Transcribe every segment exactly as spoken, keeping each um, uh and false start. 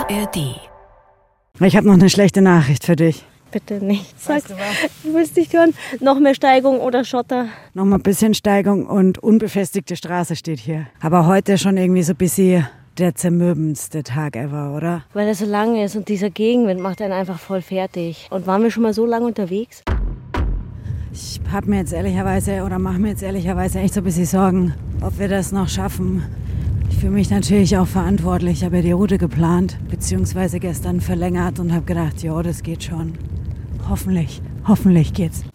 A R D. Ich habe noch eine schlechte Nachricht für dich. Bitte nicht. Sag, du willst nicht hören. Noch mehr Steigung oder Schotter? Noch mal ein bisschen Steigung und unbefestigte Straße steht hier. Aber heute schon irgendwie so ein bisschen der zermürbendste Tag ever, oder? Weil er so lang ist und dieser Gegenwind macht einen einfach voll fertig. Und waren wir schon mal so lange unterwegs? Ich habe mir jetzt ehrlicherweise oder mache mir jetzt ehrlicherweise echt so ein bisschen Sorgen, ob wir das noch schaffen. Ich fühle mich natürlich auch verantwortlich. Ich habe ja die Route geplant, beziehungsweise gestern verlängert und habe gedacht, ja, das geht schon. Hoffentlich, hoffentlich geht's.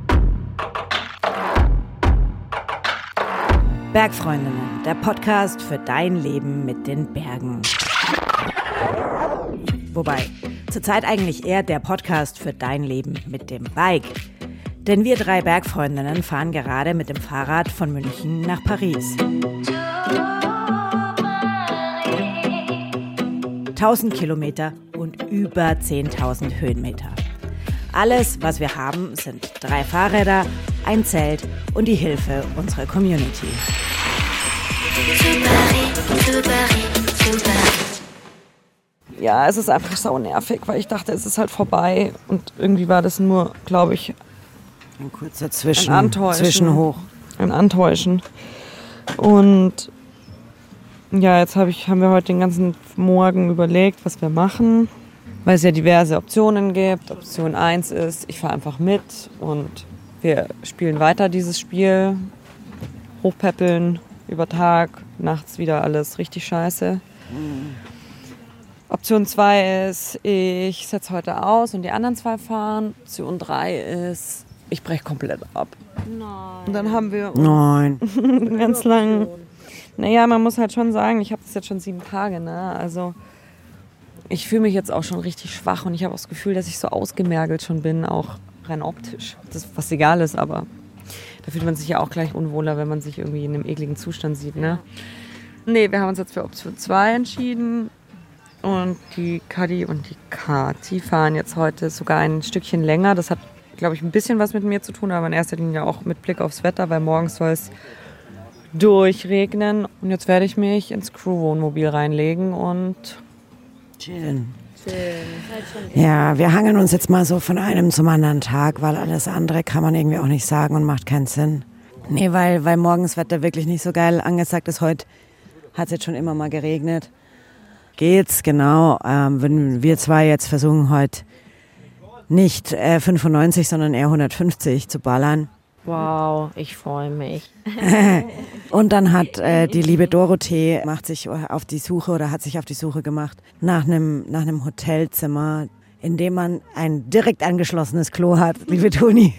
Bergfreundinnen, der Podcast für dein Leben mit den Bergen. Wobei, zurzeit eigentlich eher der Podcast für dein Leben mit dem Bike. Denn wir drei Bergfreundinnen fahren gerade mit dem Fahrrad von München nach Paris. tausend Kilometer und über zehntausend Höhenmeter. Alles, was wir haben, sind drei Fahrräder, ein Zelt und die Hilfe unserer Community. Ja, es ist einfach so nervig, weil ich dachte, es ist halt vorbei. Und irgendwie war das nur, glaube ich, ein kurzer Zwischen, ein Antäuschen. Zwischenhoch. Ein Antäuschen. Und ja, jetzt hab ich, haben wir heute den ganzen Morgen überlegt, was wir machen. Weil es ja diverse Optionen gibt. Option eins ist, ich fahre einfach mit und wir spielen weiter dieses Spiel. Hochpäppeln über Tag, nachts wieder alles richtig scheiße. Mhm. Option zwei ist, ich setze heute aus und die anderen zwei fahren. Option drei ist, ich breche komplett ab. Nein. Und dann haben wir Nein. ganz lang. Naja, man muss halt schon sagen, ich habe das jetzt schon sieben Tage, ne? Also ich fühle mich jetzt auch schon richtig schwach und ich habe auch das Gefühl, dass ich so ausgemergelt schon bin, auch rein optisch. Das, was egal ist, aber da fühlt man sich ja auch gleich unwohler, wenn man sich irgendwie in einem ekligen Zustand sieht, ne? Nee, wir haben uns jetzt für Option zwei entschieden und die Kadi und die Kati fahren jetzt heute sogar ein Stückchen länger. Das hat, glaube ich, ein bisschen was mit mir zu tun, aber in erster Linie auch mit Blick aufs Wetter, weil morgens soll es durchregnen. Und jetzt werde ich mich ins Crew-Wohnmobil reinlegen und chillen. Ja, wir hangeln uns jetzt mal so von einem zum anderen Tag, weil alles andere kann man irgendwie auch nicht sagen und macht keinen Sinn. Nee, weil, weil morgens Wetter wirklich nicht so geil angesagt ist. Heute hat es jetzt schon immer mal geregnet. Geht's, genau. Ähm, wenn wir zwei jetzt versuchen, heute nicht äh, fünfundneunzig, sondern eher hundertfünfzig zu ballern. Wow, ich freue mich. Und dann hat äh, die liebe Dorothee macht sich auf die Suche oder hat sich auf die Suche gemacht nach einem nach einem Hotelzimmer, in dem man ein direkt angeschlossenes Klo hat, liebe Toni,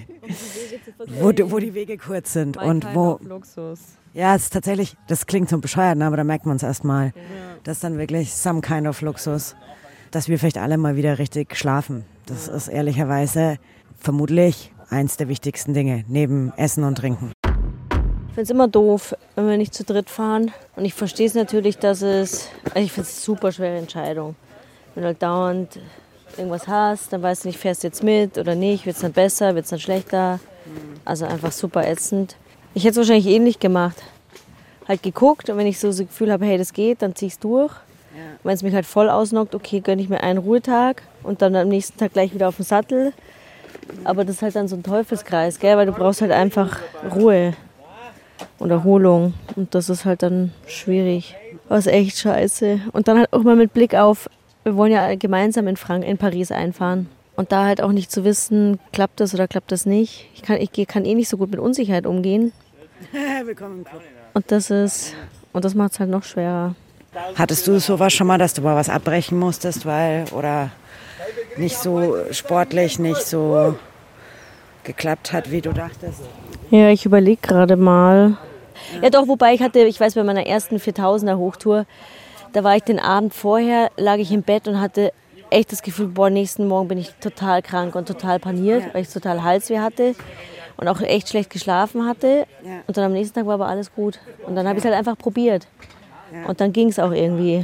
wo, wo die Wege kurz sind mein und wo Luxus. Ja, es ist tatsächlich, das klingt so bescheuert, aber da merkt man es erst mal. Das ist dann wirklich some kind of Luxus, dass wir vielleicht alle mal wieder richtig schlafen. Das ist ehrlicherweise vermutlich eins der wichtigsten Dinge, neben Essen und Trinken. Ich finde es immer doof, wenn wir nicht zu dritt fahren. Und ich verstehe es natürlich, dass es, also ich finde es eine super schwere Entscheidung. Wenn du halt dauernd irgendwas hast, dann weißt du nicht, fährst du jetzt mit oder nicht, wird es dann besser, wird es dann schlechter. Also einfach super ätzend. Ich hätte es wahrscheinlich ähnlich gemacht. Halt geguckt und wenn ich so das Gefühl habe, hey, das geht, dann zieh ich es durch. Ja. Wenn es mich halt voll ausnockt, okay, gönne ich mir einen Ruhetag und dann am nächsten Tag gleich wieder auf den Sattel. Aber das ist halt dann so ein Teufelskreis, gell? Weil du brauchst halt einfach Ruhe und Erholung. Und das ist halt dann schwierig. Das ist echt scheiße. Und dann halt auch mal mit Blick auf, wir wollen ja gemeinsam in, Frank- in Paris einfahren. Und da halt auch nicht zu wissen, klappt das oder klappt das nicht. Ich kann, ich kann eh nicht so gut mit Unsicherheit umgehen. Willkommen im Club. Und das ist, und das macht es halt noch schwerer. Hattest du sowas schon mal, dass du mal was abbrechen musstest, weil, oder nicht so sportlich, nicht so geklappt hat, wie du dachtest? Ja, ich überlege gerade mal. Ja. ja doch, wobei ich hatte, ich weiß, bei meiner ersten viertausender Hochtour, da war ich den Abend vorher, lag ich im Bett und hatte echt das Gefühl, boah, nächsten Morgen bin ich total krank und total paniert, ja. weil ich total Halsweh hatte und auch echt schlecht geschlafen hatte. Ja. Und dann am nächsten Tag war aber alles gut. Und dann habe ich es halt einfach probiert. Ja. Und dann ging es auch irgendwie.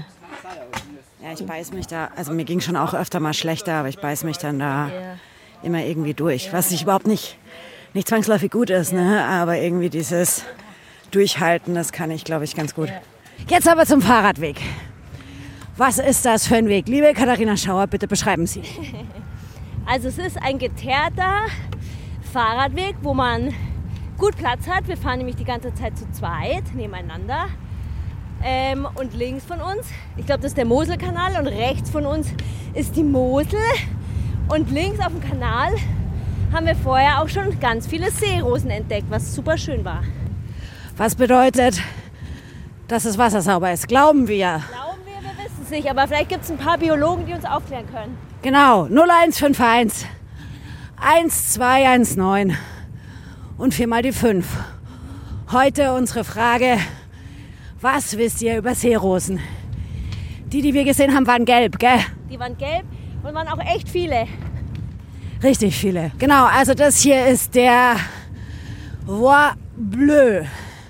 Ja, ich beiß mich da, also mir ging schon auch öfter mal schlechter, aber ich beiß mich dann da ja. immer irgendwie durch, was ich überhaupt nicht, nicht zwangsläufig gut ist, ne? Aber irgendwie dieses Durchhalten, das kann ich, glaube ich, ganz gut. Jetzt aber zum Fahrradweg. Was ist das für ein Weg? Liebe Katharina Schauer, bitte beschreiben Sie. Also es ist ein geteerter Fahrradweg, wo man gut Platz hat. Wir fahren nämlich die ganze Zeit zu zweit nebeneinander. Ähm, und links von uns, ich glaube, das ist der Moselkanal, und rechts von uns ist die Mosel. Und links auf dem Kanal haben wir vorher auch schon ganz viele Seerosen entdeckt, was super schön war. Was bedeutet, dass das Wasser sauber ist? Glauben wir. Glauben wir, wir wissen es nicht, aber vielleicht gibt es ein paar Biologen, die uns aufklären können. Genau, null eins fünf eins, eins zwei eins neun und viermal die fünf. Heute unsere Frage, was wisst ihr über Seerosen? Die, die wir gesehen haben, waren gelb, gell? Die waren gelb und waren auch echt viele. Richtig viele. Genau, also das hier ist der Voie Bleue.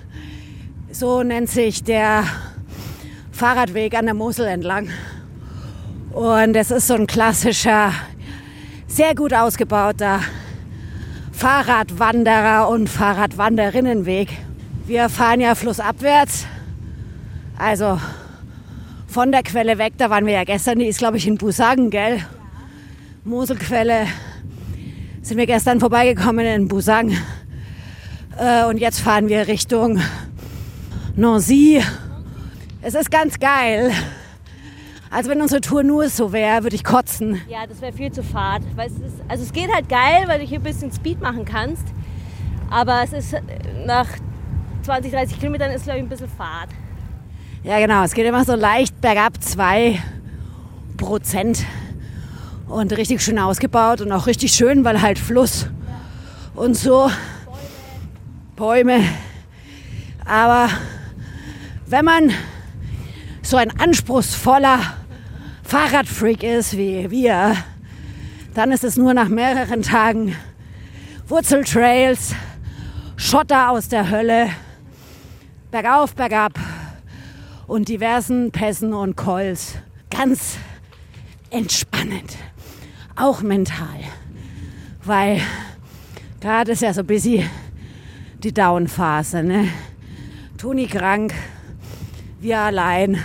So nennt sich der Fahrradweg an der Mosel entlang. Und es ist so ein klassischer, sehr gut ausgebauter Fahrradwanderer- und Fahrradwanderinnenweg. Wir fahren ja flussabwärts, also von der Quelle weg, da waren wir ja gestern, die ist glaube ich in Busagen, gell? Moselquelle, sind wir gestern vorbeigekommen in Busagen. Äh, und jetzt fahren wir Richtung Nancy. Es ist ganz geil. Also wenn unsere Tour nur so wäre, würde ich kotzen. Ja, das wäre viel zu fad. Weil es ist, also es geht halt geil, weil du hier ein bisschen Speed machen kannst. Aber es ist nach zwanzig, dreißig Kilometern ist glaube ich ein bisschen fad. Ja genau, es geht immer so leicht bergab, zwei Prozent. Und richtig schön ausgebaut und auch richtig schön, weil halt Fluss und so. Bäume. Aber wenn man so ein anspruchsvoller Fahrradfreak ist wie wir, dann ist es nur nach mehreren Tagen Wurzeltrails, Schotter aus der Hölle, bergauf, bergab und diversen Pässen und Cols. Ganz entspannend, auch mental, weil gerade ist ja so busy die Down-Phase, ne? Toni krank, wir allein,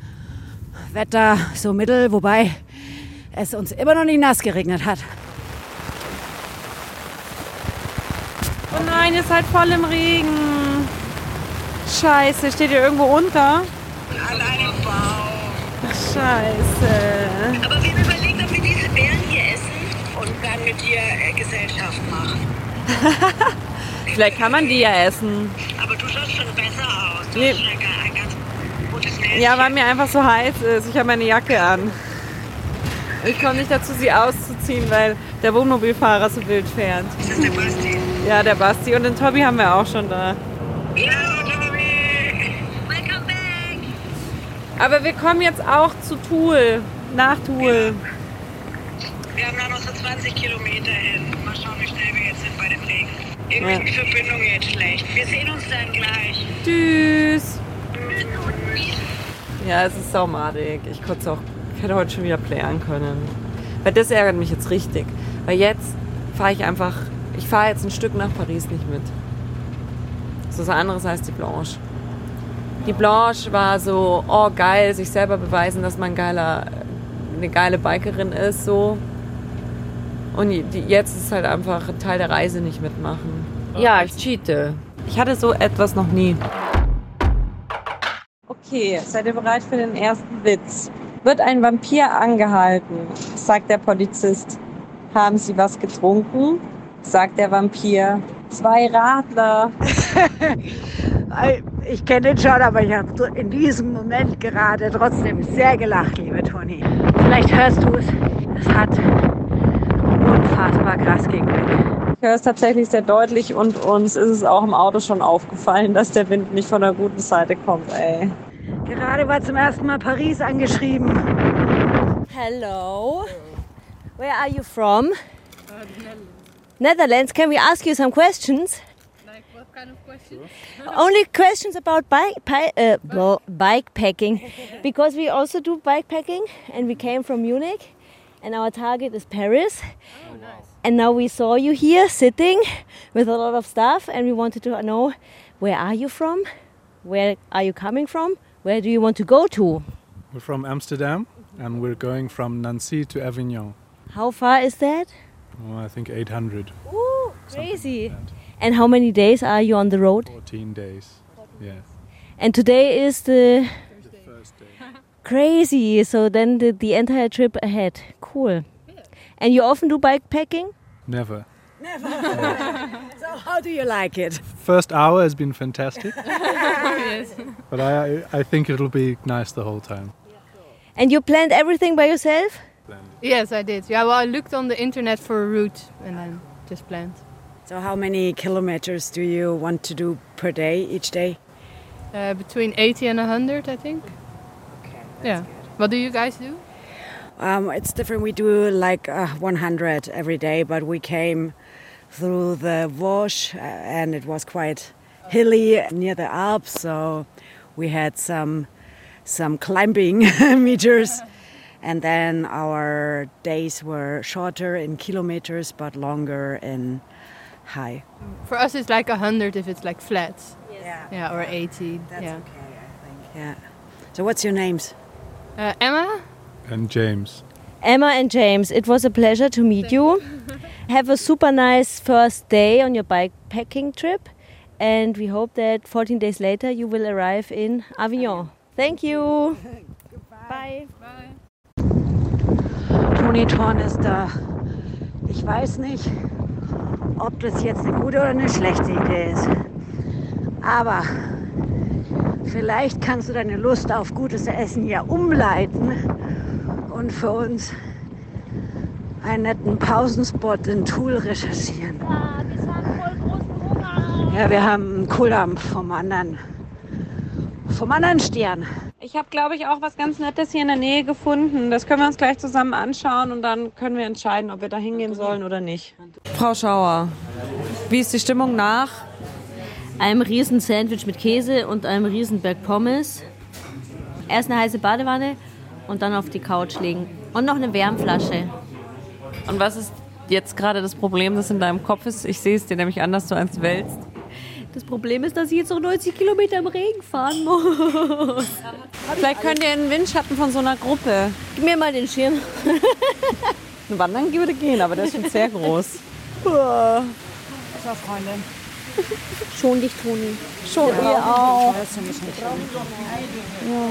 Wetter so mittel, wobei es uns immer noch nicht nass geregnet hat. Oh nein, ihr seid voll im Regen. Scheiße, steht ihr irgendwo unter? Allein im Bauch. Scheiße. Aber wir haben überlegt, ob wir diese Beeren hier essen und dann mit dir äh, Gesellschaft machen. Vielleicht kann man die ja essen. Aber du schaust schon besser aus. Du Nee. hast schon ein, ein ganz gutes Mädchen. Ja, weil mir einfach so heiß ist. Ich habe meine Jacke an. Ich komme nicht dazu, sie auszuziehen, weil der Wohnmobilfahrer so wild fährt. Ist das der Basti? Ja, der Basti und den Tobi haben wir auch schon da. Ja, Tobi! Welcome back! Aber wir kommen jetzt auch zu Toul, nach Toul. Wir haben da noch so zwanzig Kilometer hin. Mal schauen, wie schnell wir jetzt sind bei dem Regen. Irgendwie ist die Verbindung jetzt schlecht. Wir sehen uns dann gleich. Tschüss. Ja, es ist saumadig. Ich konnte auch, ich hätte heute schon wieder playern können. Weil das ärgert mich jetzt richtig. Weil jetzt fahre ich einfach, ich fahre jetzt ein Stück nach Paris nicht mit. Das ist was anderes als die Blanche. Die Blanche war so, oh geil, sich selber beweisen, dass man geiler, eine geile Bikerin ist, so. Und die, jetzt ist es halt einfach ein Teil der Reise nicht mitmachen. Ja, ich cheate. Ich hatte so etwas noch nie. Okay, seid ihr bereit für den ersten Witz? Wird ein Vampir angehalten, sagt der Polizist. Haben Sie was getrunken? Sagt der Vampir. Zwei Radler. Ich kenne den schon, aber ich habe in diesem Moment gerade trotzdem sehr gelacht, liebe Toni. Vielleicht hörst du es. Es hat unfassbar krass Gegenwind. Ich höre es tatsächlich sehr deutlich und uns ist es auch im Auto schon aufgefallen, dass der Wind nicht von der guten Seite kommt, ey. Gerade war zum ersten Mal Paris angeschrieben. Hello. Where are you from? Uh, Netherlands. Netherlands. Can we ask you some questions? Like what kind of questions? Only questions about bike, pi- uh, well, bike packing, because we also do bike packing, and we came from Munich, and our target is Paris. Oh, nice. And now we saw you here sitting with a lot of stuff, and we wanted to know, where are you from? Where are you coming from? Where do you want to go to? We're from Amsterdam and we're going from Nancy to Avignon. How far is that? Oh, I think eight hundred. Ooh, crazy. Like and how many days are you on the road? fourteen days, yeah. And today is the... The first day. Crazy, so then the, the entire trip ahead. Cool. And you often do bikepacking? Never. Never. So how do you like it? First hour has been fantastic. Yes. But I, I think it'll be nice the whole time. And you planned everything by yourself? Yes, I did. Yeah, well, I looked on the internet for a route and then just planned. So how many kilometers do you want to do per day, each day? Uh, between eighty and one hundred, I think. Okay. Yeah. What do you guys do? Um, it's different. We do like uh, one hundred every day, but we came through the Vosges uh, and it was quite hilly near the Alps, so we had some some climbing meters. And then our days were shorter in kilometers, but longer in high. For us, it's like one hundred if it's like flat. Yeah. Yeah, or eighty. That's yeah. okay, I think. Yeah. So what's your names? Uh, Emma? And James. Emma and James, it was a pleasure to meet you. Have a super nice first day on your bikepacking trip. And we hope that fourteen days later you will arrive in Avignon. Thank you. Bye. Bye. Toni-Torn ist da. Ich weiß nicht, ob das jetzt eine gute oder eine schlechte Idee ist. Aber vielleicht kannst du deine Lust auf gutes Essen ja umleiten und für uns einen netten Pausenspot in Thul recherchieren. Ja, wir haben voll großen Hunger. Ja, wir haben einen Kohldampf vom anderen, vom anderen Stern. Ich habe, glaube ich, auch was ganz Nettes hier in der Nähe gefunden. Das können wir uns gleich zusammen anschauen und dann können wir entscheiden, ob wir da hingehen sollen oder nicht. Frau Schauer, wie ist die Stimmung nach? Einem riesen Sandwich mit Käse und einem riesen Berg Pommes. Erst eine heiße Badewanne und dann auf die Couch legen. Und noch eine Wärmflasche. Und was ist jetzt gerade das Problem, das in deinem Kopf ist? Ich sehe es dir nämlich an, dass du eins wälzt. Das Problem ist, dass ich jetzt noch neunzig Kilometer im Regen fahren muss. Vielleicht könnt ihr in den Windschatten von so einer Gruppe. Gib mir mal den Schirm. Wandern würde gehen, aber der ist schon sehr groß. Das war Freundin. Schon dich, Toni. Schon, ja, ihr auch. Das ist nicht schön. Ja.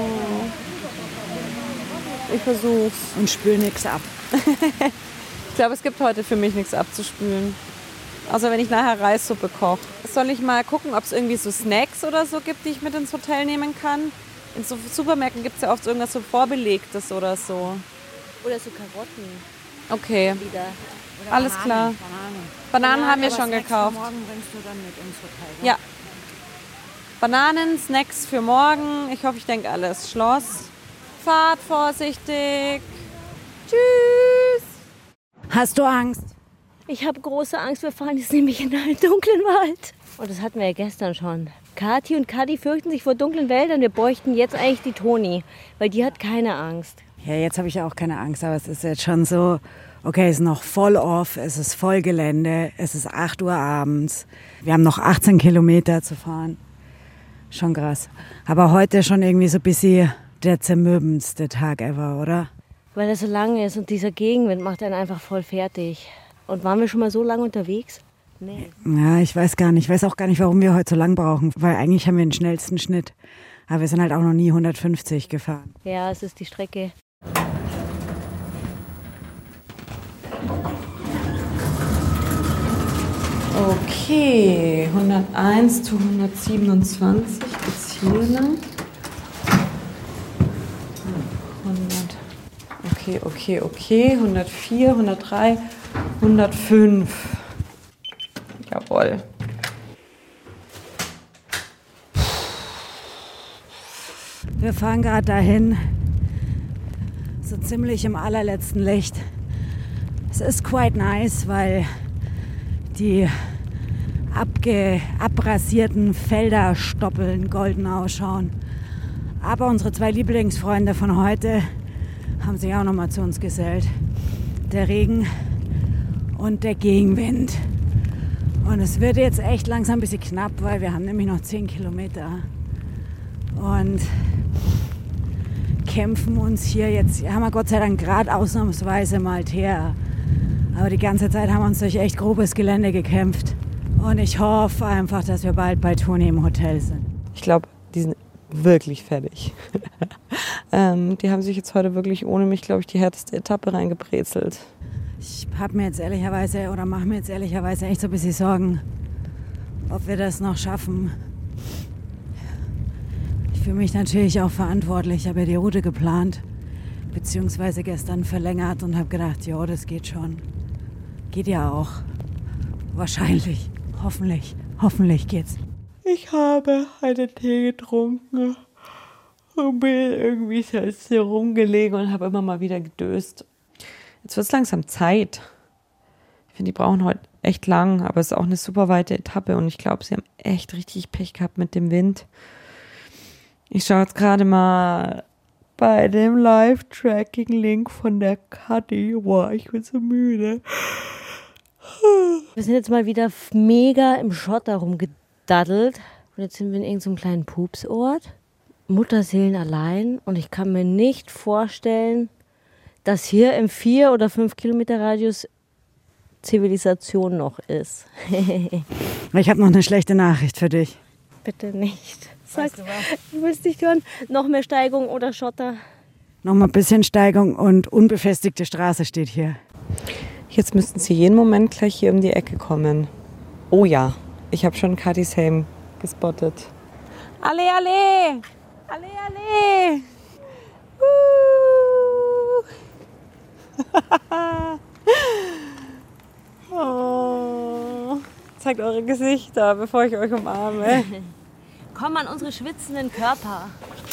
Ich versuch's. Und spül nichts ab. Ich glaube, es gibt heute für mich nichts abzuspülen. Außer wenn ich nachher Reissuppe koche. Soll ich mal gucken, ob es irgendwie so Snacks oder so gibt, die ich mit ins Hotel nehmen kann? In so Supermärkten gibt es ja oft irgendwas so Vorbelegtes oder so. Oder so Karotten. Okay, Wieder. alles klar. Bananen, Bananen haben wir aber schon Snacks gekauft. für morgen bringst du dann mit ins Hotel. Ne? Ja. Bananen, Snacks für morgen. Ich hoffe, ich denke alles. Schloss. Fahrt vorsichtig. Tschüss. Hast du Angst? Ich habe große Angst, wir fahren jetzt nämlich in einen dunklen Wald. Und das hatten wir ja gestern schon. Kathi und Kadi fürchten sich vor dunklen Wäldern. Wir bräuchten jetzt eigentlich die Toni, weil die hat keine Angst. Ja, jetzt habe ich auch keine Angst, aber es ist jetzt schon so, okay, es ist noch voll off, es ist voll Gelände, es ist acht Uhr abends. Wir haben noch achtzehn Kilometer zu fahren. Schon krass. Aber heute schon irgendwie so ein bisschen der zermürbendste Tag ever, oder? Weil er so lang ist und dieser Gegenwind macht einen einfach voll fertig. Und waren wir schon mal so lange unterwegs? Nee. Ja, ich weiß gar nicht. Ich weiß auch gar nicht, warum wir heute so lang brauchen. Weil eigentlich haben wir den schnellsten Schnitt. Aber wir sind halt auch noch nie hundertfünfzig gefahren. Ja, es ist die Strecke. Okay, hunderteins zu hundertsiebenundzwanzig bis hier lang. hundert. Okay, okay, okay. hundertvier, hundertdrei, hundertfünf. Jawohl. Wir fahren gerade dahin, so ziemlich im allerletzten Licht. Es ist quite nice, weil die abge, abrasierten Felderstoppeln golden ausschauen. Aber unsere zwei Lieblingsfreunde von heute haben sich auch nochmal zu uns gesellt. Der Regen und der Gegenwind. Und es wird jetzt echt langsam ein bisschen knapp, weil wir haben nämlich noch zehn Kilometer. Und kämpfen uns hier jetzt, haben wir Gott sei Dank gerade ausnahmsweise mal Teer. Aber die ganze Zeit haben wir uns durch echt grobes Gelände gekämpft. Und ich hoffe einfach, dass wir bald bei Toni im Hotel sind. Ich glaube, die sind wirklich fertig. ähm, die haben sich jetzt heute wirklich ohne mich, glaube ich, die härteste Etappe reingebrezelt. Ich habe mir jetzt ehrlicherweise oder mache mir jetzt ehrlicherweise echt so ein bisschen Sorgen, ob wir das noch schaffen. Ich fühle mich natürlich auch verantwortlich. Ich habe ja die Route geplant, beziehungsweise gestern verlängert und habe gedacht, ja, das geht schon. Geht ja auch. Wahrscheinlich. Hoffentlich. Hoffentlich geht's. Ich habe einen Tee getrunken und bin irgendwie selbst hier rumgelegen und habe immer mal wieder gedöst. Jetzt wird es langsam Zeit. Ich finde, die brauchen heute echt lang, aber es ist auch eine super weite Etappe und ich glaube, sie haben echt richtig Pech gehabt mit dem Wind. Ich schaue jetzt gerade mal bei dem Live-Tracking-Link von der Kati. Boah, ich bin so müde. Wir sind jetzt mal wieder mega im Schotter rumgedaddelt. Und jetzt sind wir in irgendeinem kleinen Pupsort. Mutterseelen allein. Und ich kann mir nicht vorstellen, dass hier im vier oder fünf Kilometer Radius Zivilisation noch ist. Ich habe noch eine schlechte Nachricht für dich. Bitte nicht. Sag, du, du willst nicht hören. Noch mehr Steigung oder Schotter? Noch mal ein bisschen Steigung und unbefestigte Straße steht hier. Jetzt müssten sie jeden Moment gleich hier um die Ecke kommen. Oh ja, ich habe schon Katis Helm gespottet. Alle, alle! Alle, alle! Uh. Oh. Zeigt eure Gesichter, bevor ich euch umarme. Komm an unsere schwitzenden Körper.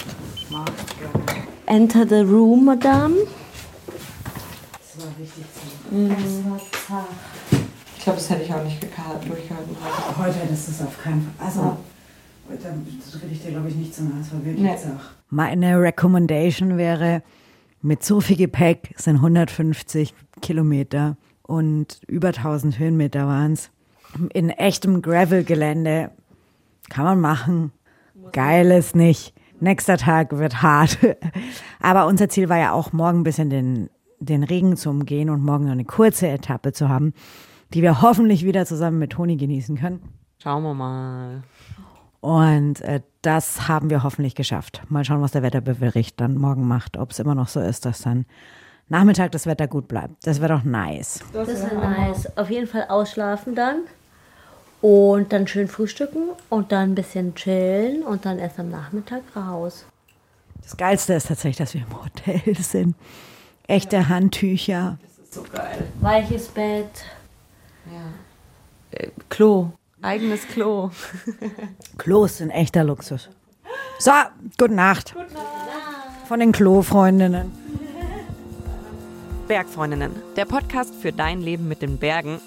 Enter the room, Madame. Das war richtig zart. Mhm. Das war zart. Ich glaube, das hätte ich auch nicht durchgehalten heute. Heute hättest du es auf keinen Fall. Also, ja. Da rede ich dir, glaube ich, nicht zu nahe. Das war wirklich nee. zart. Meine Recommendation wäre, mit so viel Gepäck sind hundertfünfzig Kilometer und über tausend Höhenmeter waren es. In echtem Gravel-Gelände kann man machen. Geil ist nicht. Nächster Tag wird hart. Aber unser Ziel war ja auch, morgen ein bisschen den, den Regen zu umgehen und morgen noch eine kurze Etappe zu haben, die wir hoffentlich wieder zusammen mit Toni genießen können. Schauen wir mal. Und äh, das haben wir hoffentlich geschafft. Mal schauen, was der Wetterbericht dann morgen macht. Ob es immer noch so ist, dass dann Nachmittag das Wetter gut bleibt. Das wäre doch nice. Das wäre nice. Auf jeden Fall ausschlafen dann. Und dann schön frühstücken und dann ein bisschen chillen und dann erst am Nachmittag raus. Das Geilste ist tatsächlich, dass wir im Hotel sind. Echte ja. Handtücher. Das ist so geil. Weiches Bett. Ja. Äh, Klo. Eigenes Klo. Klos sind echter Luxus. So, gute Nacht. Gute Nacht. Von den Klo-Freundinnen. Bergfreundinnen, der Podcast für dein Leben mit den Bergen.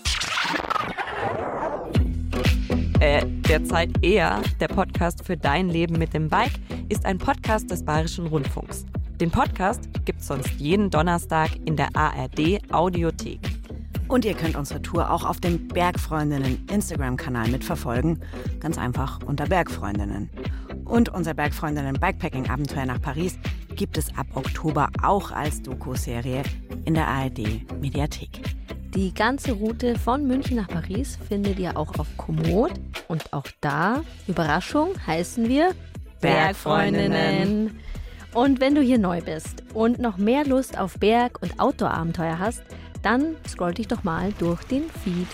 Äh, derzeit eher der Podcast für dein Leben mit dem Bike ist ein Podcast des Bayerischen Rundfunks. Den Podcast gibt's sonst jeden Donnerstag in der A R D Audiothek. Und ihr könnt unsere Tour auch auf dem Bergfreundinnen Instagram-Kanal mitverfolgen. Ganz einfach unter Bergfreundinnen. Und unser Bergfreundinnen Bikepacking-Abenteuer nach Paris gibt es ab Oktober auch als Doku-Serie in der A R D Mediathek. Die ganze Route von München nach Paris findet ihr auch auf Komoot. Und auch da, Überraschung, heißen wir Bergfreundinnen. Und wenn du hier neu bist und noch mehr Lust auf Berg- und Outdoor-Abenteuer hast, dann scroll dich doch mal durch den Feed.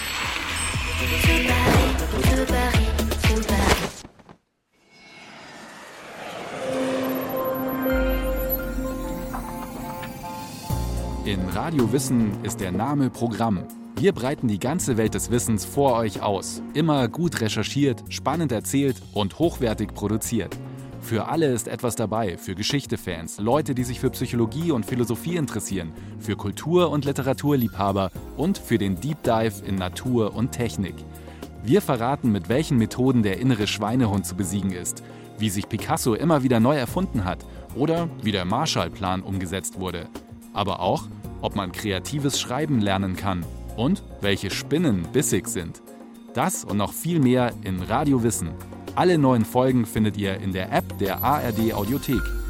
In Radio Wissen ist der Name Programm. Wir breiten die ganze Welt des Wissens vor euch aus. Immer gut recherchiert, spannend erzählt und hochwertig produziert. Für alle ist etwas dabei, für Geschichte-Fans, Leute, die sich für Psychologie und Philosophie interessieren, für Kultur- und Literaturliebhaber und für den Deep Dive in Natur und Technik. Wir verraten, mit welchen Methoden der innere Schweinehund zu besiegen ist, wie sich Picasso immer wieder neu erfunden hat oder wie der Marshallplan umgesetzt wurde. Aber auch, ob man kreatives Schreiben lernen kann und welche Spinnen bissig sind. Das und noch viel mehr in Radio Wissen. Alle neuen Folgen findet ihr in der App der A R D Audiothek.